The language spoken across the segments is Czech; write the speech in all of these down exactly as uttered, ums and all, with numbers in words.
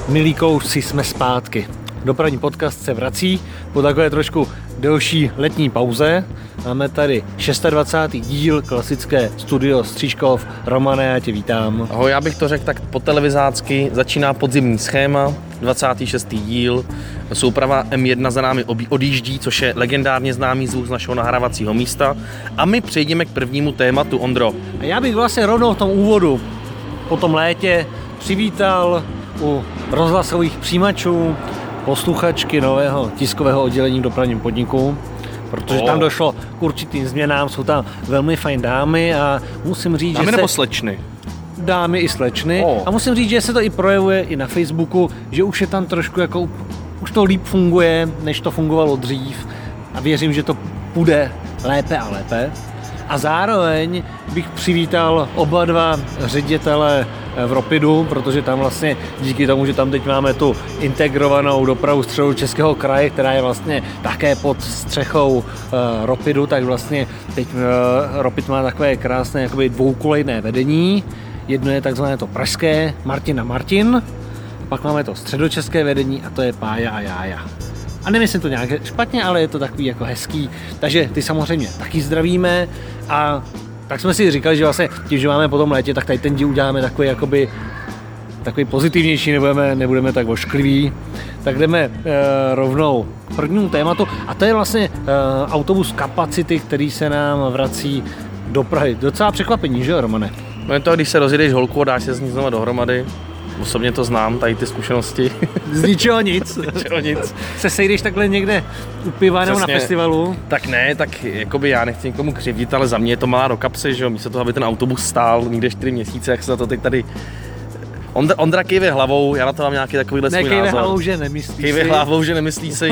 Milí kouši, jsme zpátky. Dopravní podcast se vrací po takové trošku delší letní pauze. Máme tady dvacátý šestý díl, klasické studio Stříškov. Romane, já tě vítám. Ahoj, já bych to řekl tak po televizácky. Začíná podzimní schéma, dvacátý šestý díl. Souprava M jedna za námi odjíždí, což je legendárně známý zvuk z našeho nahrávacího místa. A my přejdeme k prvnímu tématu, Ondro. A já bych vlastně rovnou v tom úvodu po tom létě přivítal u rozhlasových přijímačů posluchačky nového tiskového oddělení v dopravním podniku, protože oh. tam došlo k určitým změnám, jsou tam velmi fajn dámy a musím říct, dámy že nebo se... slečny? Dámy i slečny oh. a musím říct, že se to i projevuje i na Facebooku, že už je tam trošku jako, už to líp funguje, než to fungovalo dřív a věřím, že to půjde lépe a lépe. A zároveň bych přivítal oba dva ředitele v Ropidu, protože tam vlastně díky tomu, že tam teď máme tu integrovanou dopravu Středočeského kraje, která je vlastně také pod střechou uh, Ropidu, tak vlastně teď uh, Ropid má takové krásné jakoby dvoukolejné vedení. Jedno je takzvané to pražské Martin a Martin, pak máme to středočeské vedení a to je Pája a Jája. A nemyslím to nějak špatně, ale je to takový jako hezký, takže ty samozřejmě taky zdravíme a tak jsme si říkali, že vlastně tím, že máme po tom létě, tak tady ten díl uděláme takový jakoby takový pozitivnější, nebudeme, nebudeme tak oškliví, tak jdeme e, rovnou k prvnímu tématu a to je vlastně e, autobus Kapacity, který se nám vrací do Prahy. Docela překvapení, že jo, Romane? No je to, když se rozjedeš holku a dáš se s ní znova dohromady. Osobně to znám, tady ty zkušenosti. Z ničeho nic. Z ničeho nic. Se sejdeš takhle někde u piva nebo na festivalu? Tak ne, tak jakoby já nechci nikomu křivdit, ale za mě je to malá do kapsy, že jo, místo toho, aby ten autobus stál někde čtyři měsíce, jak se za to teď tady... Ondra, Ondra kejve hlavou, já na to mám nějaký takovýhle svůj názor. Ne, kejve hlavou, že nemyslí kejve si. hlavou, že nemyslí si.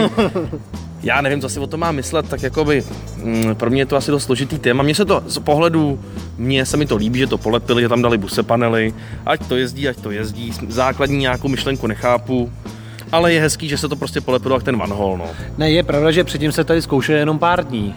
Já nevím, co si o tom mám myslet, tak jakoby mm, pro mě je to asi dost složitý téma. Mně se to z pohledu, mně se mi to líbí, že to polepili, že tam dali buse panely, ať to jezdí, ať to jezdí. Základní nějakou myšlenku nechápu, ale je hezký, že se to prostě polepilo jak ten Van Hol, no. Ne, je pravda, že předtím se tady zkoušeli jenom pár dní.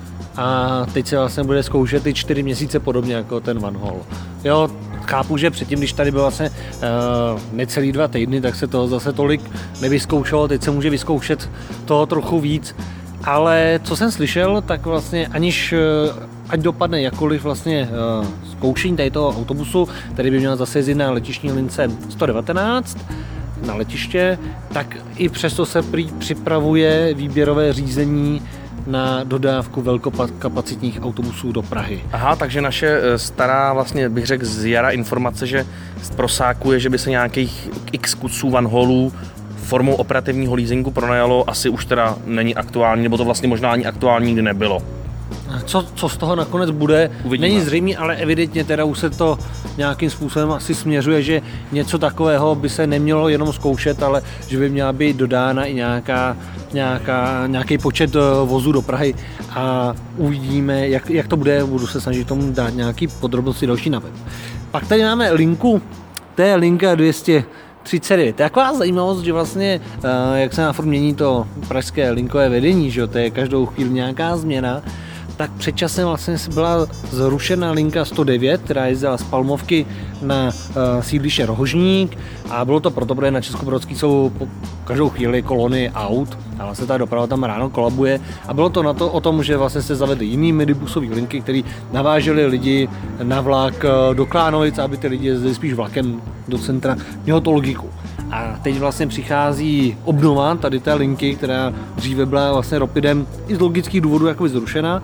A teď se vlastně bude zkoušet ty čtyři měsíce podobně jako ten Van Hol. Jo, chápu, že předtím, když tady byl vlastně uh, necelý dva týdny, tak se toho zase tolik nevyzkoušelo, teď se může vyzkoušet toho trochu víc. Ale co jsem slyšel, tak vlastně aniž, uh, ať dopadne jakkoliv vlastně uh, zkoušení tady toho autobusu, který by měl zase jezdit na letištní lince sto devatenáct, na letiště, tak i přesto se prý připravuje výběrové řízení na dodávku velkokapacitních autobusů do Prahy. Aha, takže naše stará, vlastně bych řekl z jara informace, že prosákuje, že by se nějakých x kusů Van Holů formou operativního leasingu pronajalo, asi už teda není aktuální, nebo to vlastně možná ani aktuální nikdy nebylo. Co, co z toho nakonec bude, uvidíme. Není zřejmé, ale evidentně teda už se to nějakým způsobem asi směřuje, že něco takového by se nemělo jenom zkoušet, ale že by měla být dodána i nějaká, nějaká, nějaký počet vozů do Prahy a uvidíme, jak, jak to bude, budu se snažit tomu dát nějaký podrobnosti další na web. Pak tady máme linku, to je linka dvě stě třicet devět. Taková zajímavost, že vlastně, jak se na furt mění to pražské linkové vedení, že to je každou chvíli nějaká změna, tak před časem vlastně byla zrušena linka sto devět, která jezdila z Palmovky na uh, sídliště Rohožník a bylo to proto, protože na Českobrodský jsou po každou chvíli kolony aut a vlastně ta doprava tam ráno kolabuje a bylo to na to o tom, že vlastně se zavedly jiný midibusové linky, které navážely lidi na vlak do Klánovic, aby ty lidi jezdili spíš vlakem do centra. Mělo to logiku. A teď vlastně přichází obnova tady té linky, která dříve byla vlastně Ropidem i z logických důvodů jakoby zrušena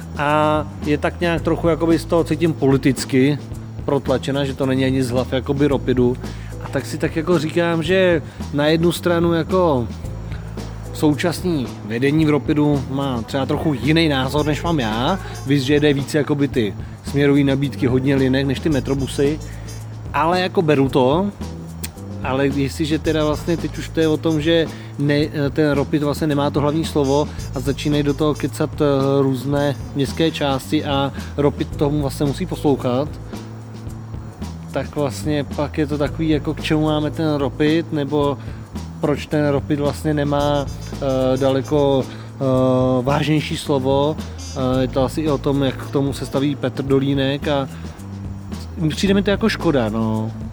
a je tak nějak trochu jakoby z toho cítím politicky protlačena, že to není ani z hlav jakoby Ropidu. A tak si tak jako říkám, že na jednu stranu jako současný vedení v Ropidu má třeba trochu jiný názor, než mám já. Víš, že jde více jakoby ty směrový nabídky hodně linek než ty metrobusy, ale jako beru to. Ale jestliže teda vlastně teď už to je o tom, že ne, ten Ropid vlastně nemá to hlavní slovo a začínají do toho kecat různé městské části a Ropid tomu vlastně musí poslouchat, tak vlastně pak je to takový, jako k čemu máme ten Ropid, nebo proč ten Ropid vlastně nemá uh, daleko uh, vážnější slovo. Uh, je to asi i o tom, jak k tomu se staví Petr Dolínek a přijde mi to jako škoda, no.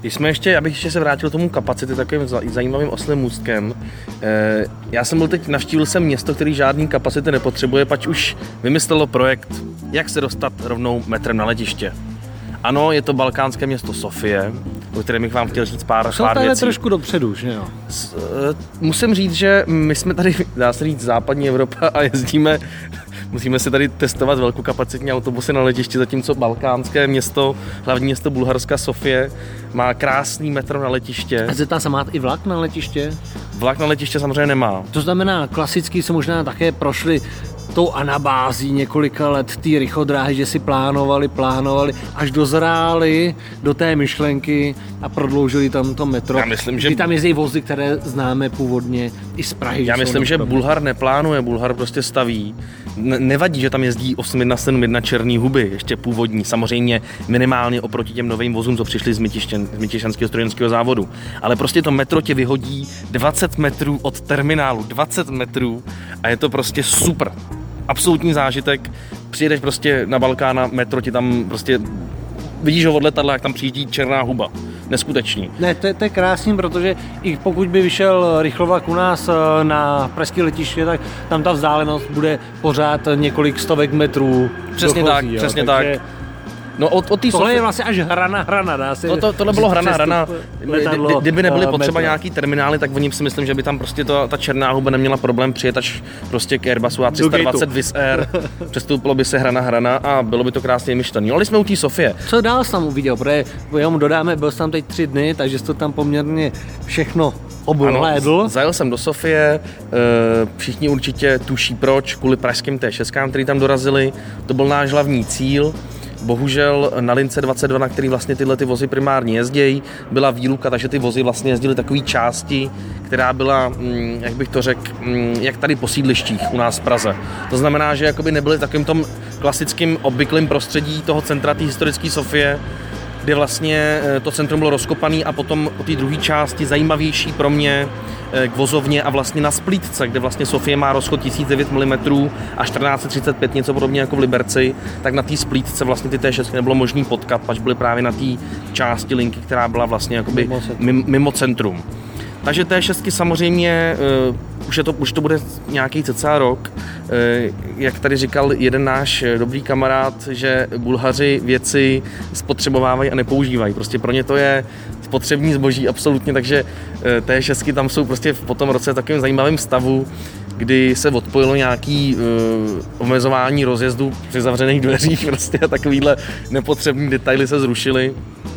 Když jsme ještě, abych ještě se vrátil tomu kapacity takovým zajímavým oslým můstkem. E, já jsem byl teď, navštívil jsem město, který žádný kapacity nepotřebuje, pač už vymyslelo projekt, jak se dostat rovnou metrem na letiště. Ano, je to balkánské město Sofie, o kterém bych vám chtěl říct pár, Jsou pár tady věcí. trošku dopředu, že jo? S, e, musím říct, že my jsme tady, dá se říct, západní Evropa a jezdíme, musíme si tady testovat velkokapacitní autobusy na letišti, zatímco balkánské město, hlavní město Bulharska Sofie, má krásný metro na letiště. A zeptám se, má i vlak na letiště? Vlak na letiště samozřejmě nemá. To znamená, klasicky se možná také prošli tou anabází několika let té rychlodráhy, že si plánovali, plánovali, až dozráli do té myšlenky a prodloužili tam to metro. Já myslím, že... Kdy tam jezdí vozy, které známe původně i z Prahy. Já myslím, že Bulhar neplánuje, Bulhar prostě staví. Ne- nevadí, že tam jezdí osm jedna sedm jedna černý huby, ještě původní, samozřejmě minimálně oproti těm novým vozům, co přišli z Mytištěn, z Mytišťanského strojírenského závodu. Ale prostě to metro tě vyhodí dvacet metrů od terminálu, dvacet metrů a je to prostě super. Absolutní zážitek, přijedeš prostě na Balkán a metro ti tam prostě, vidíš ho od letadla, jak tam přijíždí černá huba. Neskutečný. Ne, to, to je krásný, protože i pokud by vyšel rychlovlak u nás na pražské letiště, tak tam ta vzdálenost bude pořád několik stovek metrů. Přesně dochozí, tak, jo. přesně Takže tak. No od, od tohle Sofie... je vlastně až hrana, hrana, dá se... No to, tohle bylo hrana, hrana. Letadlo, Kdyby nebyly potřeba metro. nějaký terminály, tak oni si myslím, že by tam prostě to, ta černá huba neměla problém přijet až prostě k Airbusu A tři sta dvacet Wizz Air. Přestoupilo by se hrana, hrana a bylo by to krásně myšlený. Ale jsme u té Sofie. Co dál jsi tam uviděl? Protože jenom dodáme, byl jsi tam teď tři dny, takže jsi to tam poměrně všechno obhlédl. Ano, zajel jsem do Sofie, všichni určitě tuší proč, kvůli pražským T šest, který tam dorazili. To byl náš hlavní cíl. Bohužel na lince dvacet dva, na který vlastně tyhle ty vozy primárně jezdějí, byla výluka, takže ty vozy vlastně jezdily takové části, která byla, jak bych to řekl, jak tady po sídlištích u nás v Praze. To znamená, že jakoby nebyly takovým tom klasickým obvyklým prostředí toho centra té historické Sofie, kde vlastně to centrum bylo rozkopané a potom po té druhé části zajímavější pro mě k vozovně a vlastně na Splítce, kde vlastně Sofie má rozchod tisíc devět milimetrů a čtrnáct set třicet pět, něco podobně jako v Liberci, tak na té Splítce vlastně ty T šest nebylo možný potkat, pač byly právě na té části linky, která byla vlastně jakoby mimo, mimo centrum. Takže T šest samozřejmě, uh, už, je to, už to bude nějaký cca rok, uh, jak tady říkal jeden náš dobrý kamarád, že Bulhaři věci spotřebovávají a nepoužívají. Prostě pro ně to je spotřební zboží absolutně, takže uh, T šest tam jsou prostě v potom roce v takovém zajímavém stavu, kdy se odpojilo nějaký uh, omezování rozjezdu při zavřených dveřích prostě a takovýhle nepotřební detaily se zrušily.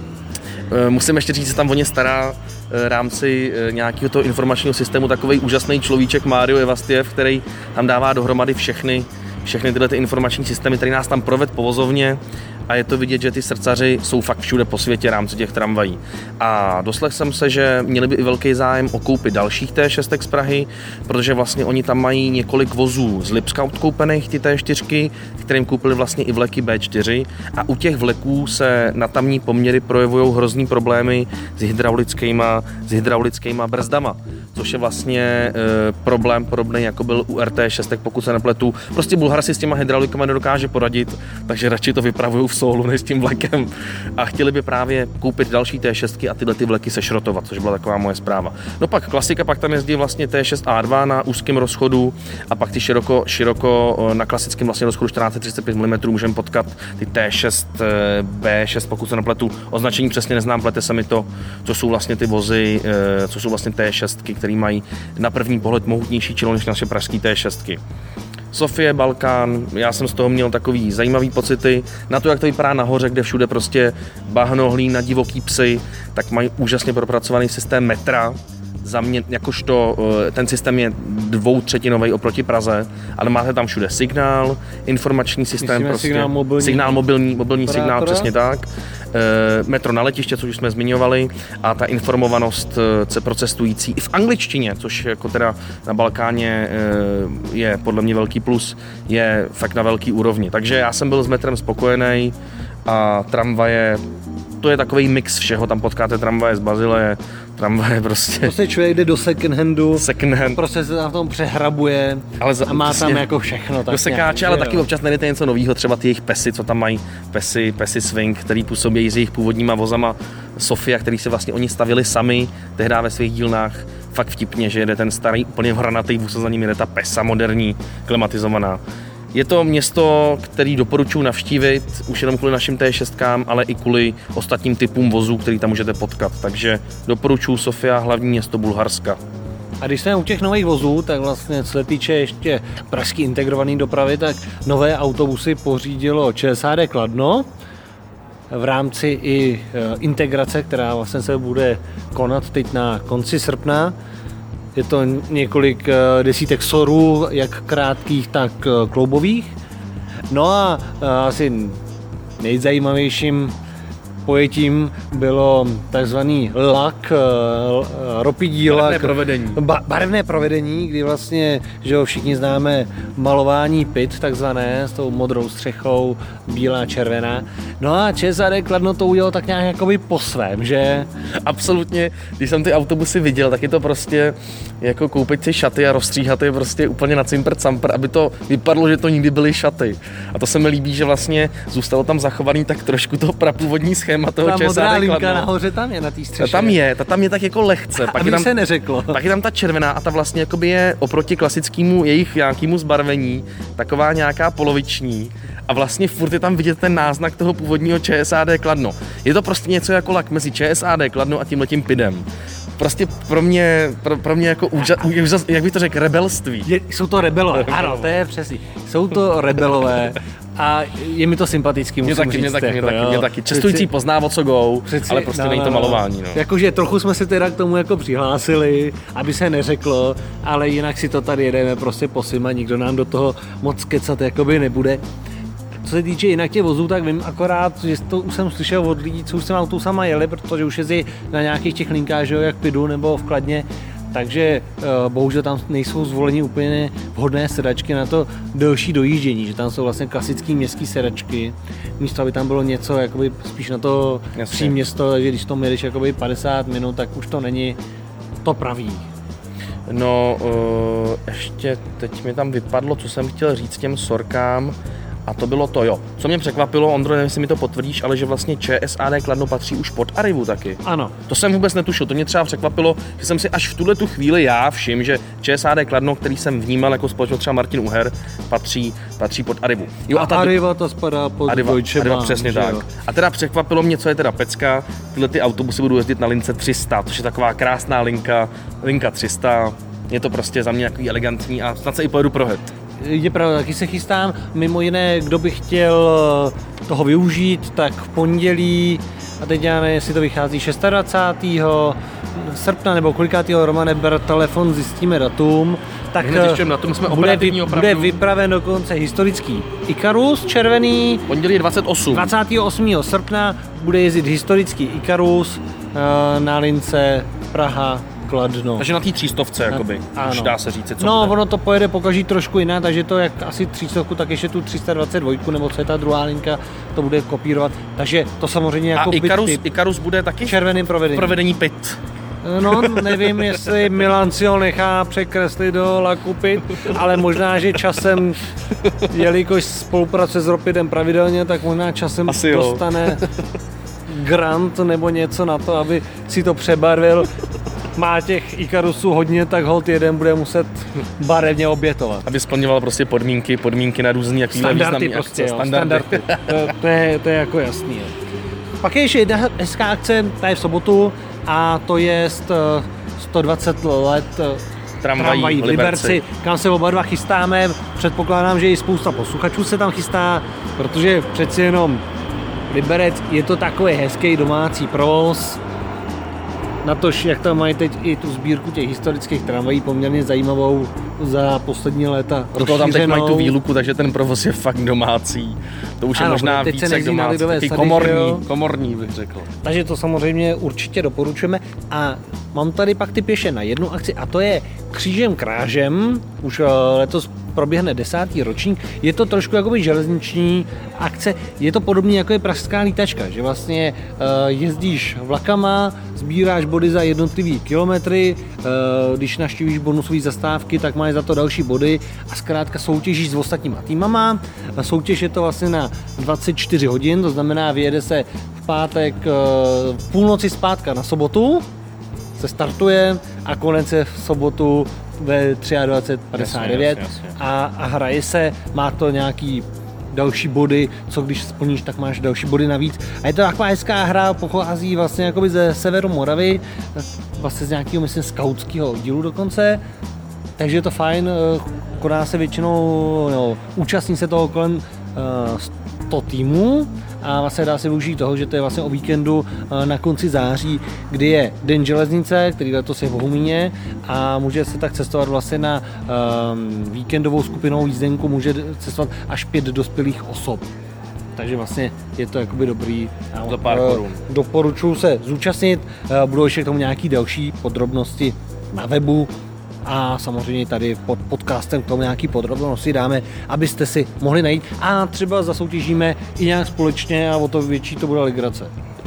Uh, musím ještě říct, že tam o ně stará rámci nějakého toho informačního systému takovej úžasný človíček Mário Evastiev, který tam dává dohromady všechny, všechny tyhle ty informační systémy, který nás tam proved po vozovně a je to vidět, že ty srdcaři jsou fakt všude po světě v rámci těch tramvají. A doslechl jsem se, že měli by i velký zájem o koupit dalších T šest z Prahy, protože vlastně oni tam mají několik vozů z Lipska odkoupených, ty T čtyři, kterým koupili vlastně i vleky B čtyři a u těch vleků se na tamní poměry projevují hrozný problémy s hydraulickýma, s hydraulickýma brzdama, což je vlastně e, problém podobný, jako byl u R T šest, pokud se nepletu. Prostě Bulhar si s těma hydraulikama nedokáže poradit, takže radši to vypravují v Soulu než s tím vlekem a chtěli by právě koupit další T šest a tyhle ty vleky sešrotovat, což byla taková moje zpráva. No pak klasika, pak tam jezdí vlastně T šest A dva na úzkém rozchodu a pak ty široko, široko na klasickém vlastně rozchodu čtrnáct set třicet pět milimetrů můžeme potkat ty T šest B šest, pokud se nepletu, označení přesně neznám, plete se mi to, co jsou vlastně ty vozy, co jsou vlastně T šest, které mají na první pohled mohutnější čelo než naše pražské T šest. Sofie, Balkán, já jsem z toho měl takový zajímavý pocity. Na to, jak to vypadá nahoře, kde všude prostě bahno, hlína, divoký psy, tak mají úžasně propracovaný systém metra. Za mě, jakožto ten systém je dvoutřetinový oproti Praze, ale máte tam všude signál, informační systém, Myslíme prostě, signál mobilní, signál mobilní, mobilní signál, přesně tak. E, metro na letiště, což už jsme zmiňovali, a ta informovanost pro cestující i v angličtině, což jako teda na Balkáně e, je podle mě velký plus, je fakt na velký úrovni. Takže já jsem byl s metrem spokojený a tramvaje, to je takový mix všeho, tam potkáte tramvaje z Bazileje, tramvaje prostě. Prostě člověk jde do second handu, second hand. prostě se tam v tom přehrabuje ale za, a má tam jako všechno. Tak do sekáče, ale taky občas najdete něco nového, třeba ty jejich pesy, co tam mají, pesy, pesy swing, který působí s jejich původníma vozama Sofia, který si vlastně oni stavili sami tehdy ve svých dílnách, fakt vtipně, že jede ten starý úplně hranatý vůz a za ním jede ta Pesa moderní, klimatizovaná. Je to město, který doporučuji navštívit, už jenom kvůli našim té šest, ale i kvůli ostatním typům vozů, který tam můžete potkat. Takže doporučuji Sofia, hlavní město Bulharska. A když jsme u těch nových vozů, tak vlastně co se týče ještě pražský integrovaný dopravy, tak nové autobusy pořídilo ČSAD Kladno v rámci i integrace, která vlastně se bude konat teď na konci srpna. Je to několik desítek sorů, jak krátkých, tak kloubových. No a asi nejzajímavějším pojetím bylo takzvaný lak, ropidí lak. Barevné provedení. Ba- barevné provedení, kdy vlastně, že jo, všichni známe malování pit, takzvané, s tou modrou střechou, bílá, červená. No a ČSAD Kladno to udělalo tak nějak jakoby po svém, že? Absolutně, když jsem ty autobusy viděl, tak je to prostě jako koupit si šaty a rozstříhat je prostě úplně na cimpr campr, aby to vypadlo, že to nikdy byly šaty. A to se mi líbí, že vlastně zůstalo tam zachovaný tak trošku to prapůvodní schéma toho ČSAD Kladno. Ta modrá linka nahoře tam je na té střeše. Ta tam je, ta tam je tak jako lehce. Pak Aby je tam, se neřeklo. Pak je tam ta červená a ta vlastně jakoby je oproti klasickému jejich nějakému zbarvení taková nějaká poloviční. A vlastně furt je tam vidět ten náznak toho původního ČSAD Kladno. Je to prostě něco jako lak mezi ČSAD Kladno a tímhletím pidem. Prostě pro mě, pro, pro mě jako úžas, jak bych to řekl, rebelství. Je, jsou to rebelové, ano, to je přesně. Jsou to rebelové a je mi to sympatický, musím mě taky, říct. Mě taky, jako, mě taky, mě taky. Cestující Přeci, pozná, o co go, přeci, ale prostě no, není to no, malování. No. Jakože trochu jsme se teda k tomu jako přihlásili, aby se neřeklo, ale jinak si to tady jedeme prostě po svým a nikdo nám do toho moc kecat jakoby nebude. Co se týče jinak těch vozů, tak vím akorát, že to už jsem slyšel od lidí, co už jsem autobusama jeli, protože už jezdí na nějakých těch linkách, že jo, jak Pidu nebo v Kladně, takže uh, bohužel tam nejsou zvoleni úplně vhodné sedačky na to delší dojíždění, že tam jsou vlastně klasické městské sedačky, místo aby tam bylo něco jakoby spíš na to příměsto, takže když to jedeš jakoby padesát minut, tak už to není to pravý. No, uh, ještě teď mi tam vypadlo, co jsem chtěl říct těm sorkám. A to bylo to, jo. Co mě překvapilo, Ondro, nevím, jestli mi to potvrdíš, ale že vlastně ČSAD Kladno patří už pod Arrivu taky. Ano. To jsem vůbec netušil, to mě třeba překvapilo, že jsem si až v tuhle tu chvíli já všiml, že ČSAD Kladno, který jsem vnímal jako společnost třeba Martin Uher, patří, patří pod Arrivu. Jo, a, a ta Arriva to spadá pod Arriva, Deutsche Bahn. Arriva, přesně tak. Jo. A teda překvapilo mě, co je teda pecka, tyhle ty autobusy budou jezdit na lince tři sta, což je taková krásná linka, linka tři sta. Je to prostě za mě takový elegantní a snad se i pojedu projet. Je pravda, taky se chystám, mimo jiné, kdo by chtěl toho využít, tak v pondělí, a teď já nevím, jestli to vychází dvacátého šestého srpna nebo kolikátýho, Romane, ber telefon, zjistíme datum, tak na tom jsme bude, vy, bude vypraven dokonce historický Ikarus červený. Pondělí dvacátého osmého dvacátého osmého srpna bude jezdit historický Ikarus na lince Praha Kladno. Takže na té třístovce, jakoby, ano. Už dá se říct, co No, bude. ono to pojede pokaží trošku jinak, takže to jak asi třístovku, tak ještě tu tři sta dvacet dva, nebo co je ta druhá linka, to bude kopírovat. Takže to samozřejmě jako A Ikarus, typ. Ikarus bude taky Červeným provedení. provedení pit. No, nevím, jestli Milan si ho nechá překreslit do laku pit, ale možná, že časem, jelikož spolupracuje s Ropidem pravidelně, tak možná časem asi dostane grant nebo něco na to, aby si to přebarvil. Má těch Ikarusů hodně, tak holt jeden bude muset barevně obětovat. Aby splňoval prostě podmínky, podmínky na různý jakýhle významný prostě, akce. Jo, standardy, standardy. To, to, je, to je jako jasný. Jo. Pak je ještě jedna hezká akce, tady v sobotu, a to je sto dvacet let tramvají, tramvají v Liberci, kam se oba dva chystáme. Předpokládám, že i spousta posluchačů se tam chystá, protože přeci jenom Liberec je to takový hezký domácí provoz. Natož, jak tam mají teď i tu sbírku těch historických tramvají poměrně zajímavou za poslední léta rozšířenou. Tam teď mají tu výluku, takže ten provoz je fakt domácí. To už je ano, možná víc jak domácí, taky komorní, komorní bych řekl. Takže to samozřejmě určitě doporučujeme. A mám tady pak ty pěše na jednu akci, a to je Křížem krážem, už letos proběhne desátý ročník. Je to trošku jakoby železniční akce, je to podobně jako je pražská lítačka, že vlastně jezdíš vlakama, sbíráš body za jednotlivý kilometry, když navštívíš bonusové zastávky, tak máš máš za to další body a zkrátka soutěžíš s ostatníma týmama. Soutěž je to vlastně na dvacet čtyři hodin, to znamená vyjede se v pátek v půlnoci zpátka na sobotu, se startuje a konec je v sobotu ve dvacet tři padesát devět a, a hraje se, má to nějaký další body, co když splníš, tak máš další body navíc. A je to taková hezká hra, pochází vlastně jakoby ze severu Moravy, vlastně z nějakého, myslím, skautského oddílu dokonce, takže je to fajn, koná se většinou, no, účastní se toho kolem uh, sto týmů a vlastně dá se využít toho, že to je vlastně o víkendu na konci září, kdy je Den železnice, který letos je v Bohumíně a může se tak cestovat vlastně na um, víkendovou skupinovou jízdenku, může cestovat až pět dospělých osob. Takže vlastně je to jakoby dobrý. Za pár korun. Doporučuji se zúčastnit, budou ještě k tomu nějaké další podrobnosti na webu. A samozřejmě tady pod podcastem k tomu nějaký podrobnosti dáme, abyste si mohli najít a třeba zasoutěžíme i nějak společně a o to větší to bude legrace.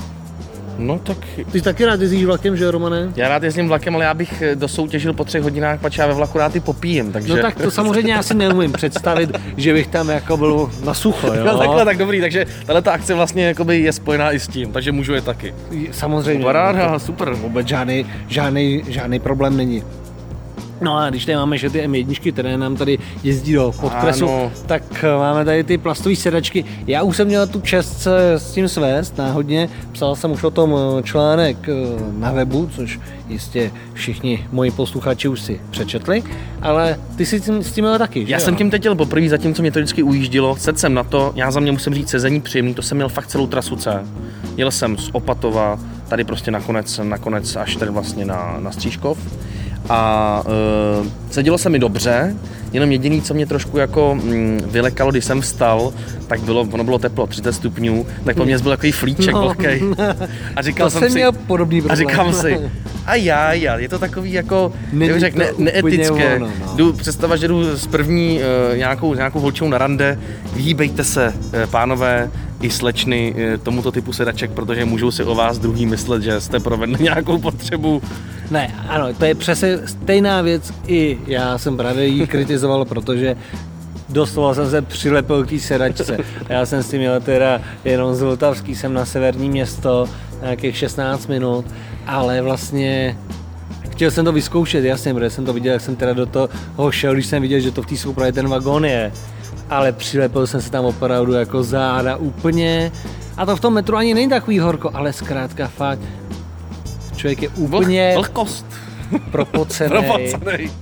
No tak... Ty taky rád jezdíš vlakem, že Romane? Já rád jezdím vlakem, ale já bych dosoutěžil po třech hodinách, pač já ve vlaku rád i popíjem, takže... No tak to samozřejmě já si neumím představit, že bych tam jako byl na sucho, jo? No takhle, tak dobrý, takže tato akce vlastně jakoby je spojená i s tím, takže můžu je taky. Samozřejmě. Paráda, super. Vůbec žádný, žádný, žádný problém není. No a když tady máme že ty em jedna, které nám tady jezdí do podkresu, ano. Tak máme tady ty plastové sedačky. Já už jsem měl tu čest se s tím svést náhodně, psal jsem už o tom článek na webu, což jistě všichni moji posluchači už si přečetli, ale ty jsi s tím měl taky, že? Já jo? jsem tím teď jel poprvé, zatímco mě to vždycky ujíždilo, sedl jsem na to, já za mě musím říct sezení příjemný, to jsem měl fakt celou trasu C. Jel jsem z Opatova, tady prostě nakonec, nakonec až tady vlastně na, na Stříškov. A uh, sedělo se mi dobře, jenom jediný, co mě trošku jako mm, vylekalo, když jsem vstal, tak bylo, ono bylo teplo, třicet stupňů, tak po mně byl takový flíček no, vlhkej. A říkal to jsem si, měl podobný problém. A říkám si, a já, já, je to takový jako, jak řek, ne, neetické. Ono, no. Jdu, představa, že jdu s první uh, nějakou, nějakou holčou na rande, vyhýbejte se, uh, pánové, i slečny tomuto typu sedaček, protože můžou si o vás druhý myslet, že jste provedli nějakou potřebu. Ne, ano, to je přesně stejná věc, i já jsem právě jí kritizoval, protože doslova jsem se přilepil k té sedačce. Já jsem s tím měl teda jenom z Vltavský, jsem na severní město, nějakých šestnáct minut, ale vlastně chtěl jsem to vyzkoušet, jasně, protože jsem to viděl, jak jsem teda do toho šel, když jsem viděl, že to v té soupravě ten vagón je. Ale přilepil jsem se tam opravdu jako záda úplně. A to v tom metru ani není takový horko, ale zkrátka fakt, člověk je úplně vlhkost propocenej.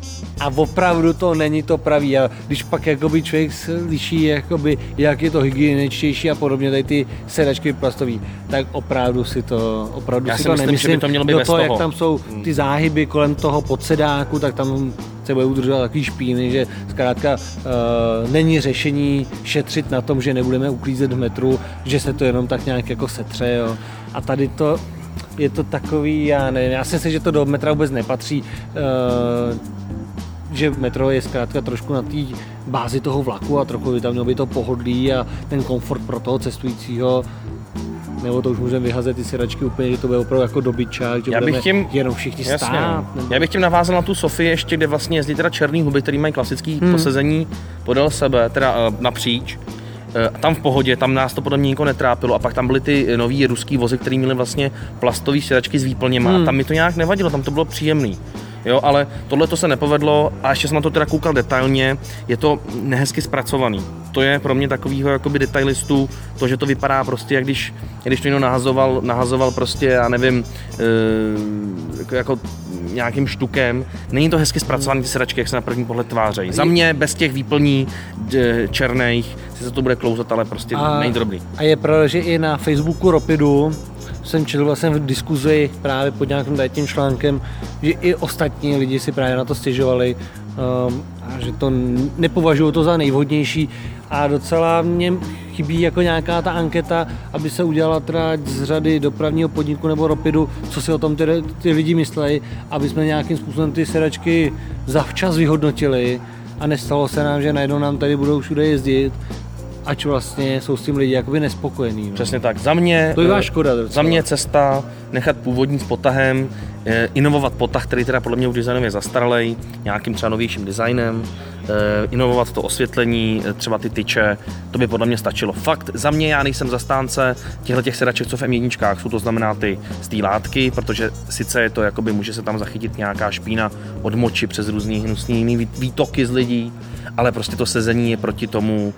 A opravdu to není to pravý. A když pak jakoby člověk slyší, jakoby, jak je to hygieničtější a podobně, tady ty sedačky plastový, tak opravdu si to, opravdu Já si si to myslím, nemyslím. že by to mělo být do bez toho, toho, jak tam jsou ty záhyby kolem toho podsedáku, tak tam se bude udržovat takový špíny, že zkrátka uh, není řešení šetřit na tom, že nebudeme uklízet v metru, že se to jenom tak nějak jako setře, jo. A tady to je to takový, já nevím, já si myslím, že to do metra vůbec nepatří, uh, že metro je zkrátka trošku na té bázi toho vlaku a trochu by tam mělo by to pohodlí a ten komfort pro toho cestujícího, nebo to už můžeme vyhazet ty sedačky úplně, že to bude opravdu jako dobyčák, že já budeme tím, jenom všichni jasně, stát. Nebo... Já bych tím navázal na tu Sofii ještě, kde vlastně jezdí teda černý huby, který mají klasický hmm. posezení podél sebe, teda uh, napříč. Uh, tam v pohodě, tam nás to podle mě nikoho netrápilo a pak tam byly ty nový ruský vozy, které měly vlastně plastové sedačky s výplněma hmm. a tam mi to nějak nevadilo, tam to bylo příjemný. Jo, ale tohle to se nepovedlo a ještě jsem na to teda koukal detailně, je to nehezky zpracovaný. To je pro mě takovýho jakoby detailistu, to, že to vypadá prostě, jak když, když to někdo nahazoval, nahazoval prostě, já nevím, e, jako, jako nějakým štukem. Není to hezky zpracovaný ty sedačky, jak se na první pohled tvářejí. Za mě bez těch výplní černých si se to bude klouzat, ale prostě a, není to dobrý. A je pravda, že i na Facebooku Ropidu jsem četl vlastně v diskuzi právě pod nějakým tím článkem, že i ostatní lidi si právě na to stěžovali um, a že to nepovažují to za nejvhodnější a docela mě chybí jako nějaká ta anketa, aby se udělala trať z řady dopravního podniku nebo Ropidu, co si o tom ty, ty lidi myslejí, aby jsme nějakým způsobem ty sedačky zavčas vyhodnotili a nestalo se nám, že najednou nám tady budou všude jezdit, ať vlastně jsou s tím lidi jakoby nespokojení. No. Přesně tak. Za mě, to je škoda. Za mě cesta nechat původní s potahem, inovovat potah, který teda podle mě už designově zastaralej, nějakým třeba novějším designem, inovovat to osvětlení, třeba ty tyče, to by podle mě stačilo. Fakt, za mě já nejsem zastánce těchto těch sedaček, co v em jedna jsou, to znamená ty z té látky, protože sice je to, jakoby může se tam zachytit nějaká špína od moči přes různý hnusný výtoky z lidí, ale prostě to sezení je proti tomu,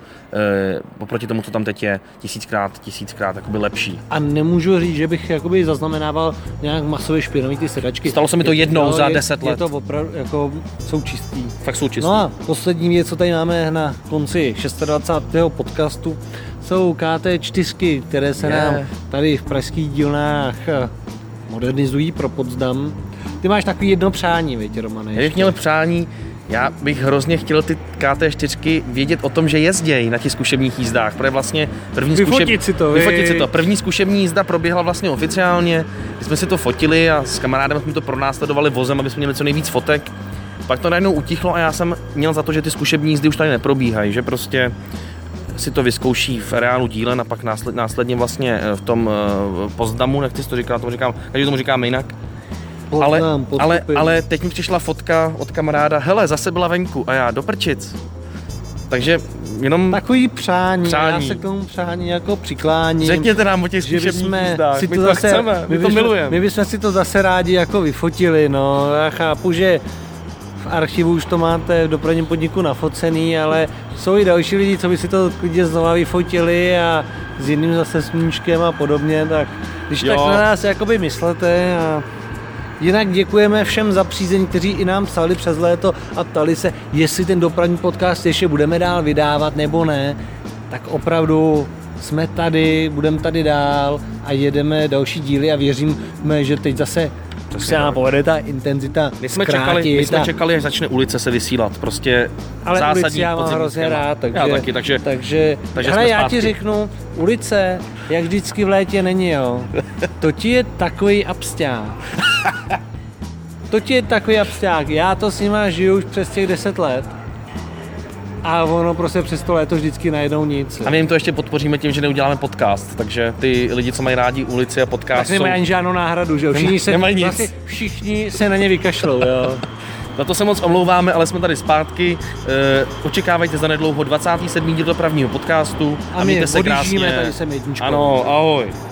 e, proti tomu, co tam teď je, tisíckrát, tisíckrát jakoby lepší. A nemůžu říct, že bych jakoby zaznamenával nějak masově špinavý ty sedačky. Stalo se mi to jednou no, za je, deset let. Je to opravdu, jako jsou čistý. Fakt jsou čistý. No a poslední věc, co tady máme na konci dvacátého šestého podcastu, jsou ká té čtyři, které se yeah. nám tady v pražských dílnách modernizují pro Potsdam. Ty máš takový jedno přání, víš, Romane? Já bych měl přání, já bych hrozně chtěl ty ká té čtyři vědět o tom, že jezdějí na těch zkušebních jízdách, protože vlastně první vyfotit zkušeb... si to, vyfotit si to. První zkušební jízda proběhla vlastně oficiálně, když jsme si to fotili a s kamarádem jsme to pronásledovali vozem, aby jsme měli co nejvíc fotek. Pak to najednou utichlo a já jsem měl za to, že ty zkušební jízdy už tady neprobíhají, že prostě si to vyzkouší v reálu dílen a pak násled, následně vlastně v tom uh, Potsdamu, jak ty jsi to říkal, tomu říkám, každý tomu říkáme jinak. Ale, ale, ale teď mi přišla fotka od kamaráda, hele, zase byla venku a já do prčic. Takže jenom takový přání, přání. Já se k tomu přání jako přikláním. Řekněte nám o těch zkušebních jízdách, my to, zase, chceme, my, my to milujeme. My bychom si to zase rádi jako vyfotili, no, já chápu, že v archivu už to máte v dopravním podniku nafocený, ale jsou i další lidi, co by si to klidně znova vyfotili a s jiným zase smíčkem a podobně, tak když jo. tak na nás jakoby myslete a jinak děkujeme všem za přízeň, kteří i nám psali přes léto a ptali se, jestli ten dopravní podcast ještě budeme dál vydávat nebo ne, tak opravdu jsme tady, budeme tady dál a jedeme další díly a věříme, že teď zase se nám povede ta intenzita my jsme, čekali, my jsme a... čekali, až začne ulice se vysílat, prostě ale zásadní ulici já mám hrozně rád, takže, já taky, takže, takže, takže hele, já ti řeknu, ulice, jak vždycky v létě není, jo, to ti je takový absťák. To ti je takový absťák, já to s nima žiju už přes těch deset let. A ono prostě přes to léto vždycky najednou nic. A my jim to ještě podpoříme tím, že neuděláme podcast, takže ty lidi, co mají rádi ulici a podcast, tak nemají jsou... ani žádnou náhradu, že jo? Všichni se, nemají nic. Vlastně všichni se na ně vykašlou, jo? Na to se moc omlouváme, ale jsme tady zpátky. E, očekávajte za nedlouho dvacátý sedmý díl dopravního podcastu. A, a my odjíždíme tady sem jedničkou. Ano, ahoj.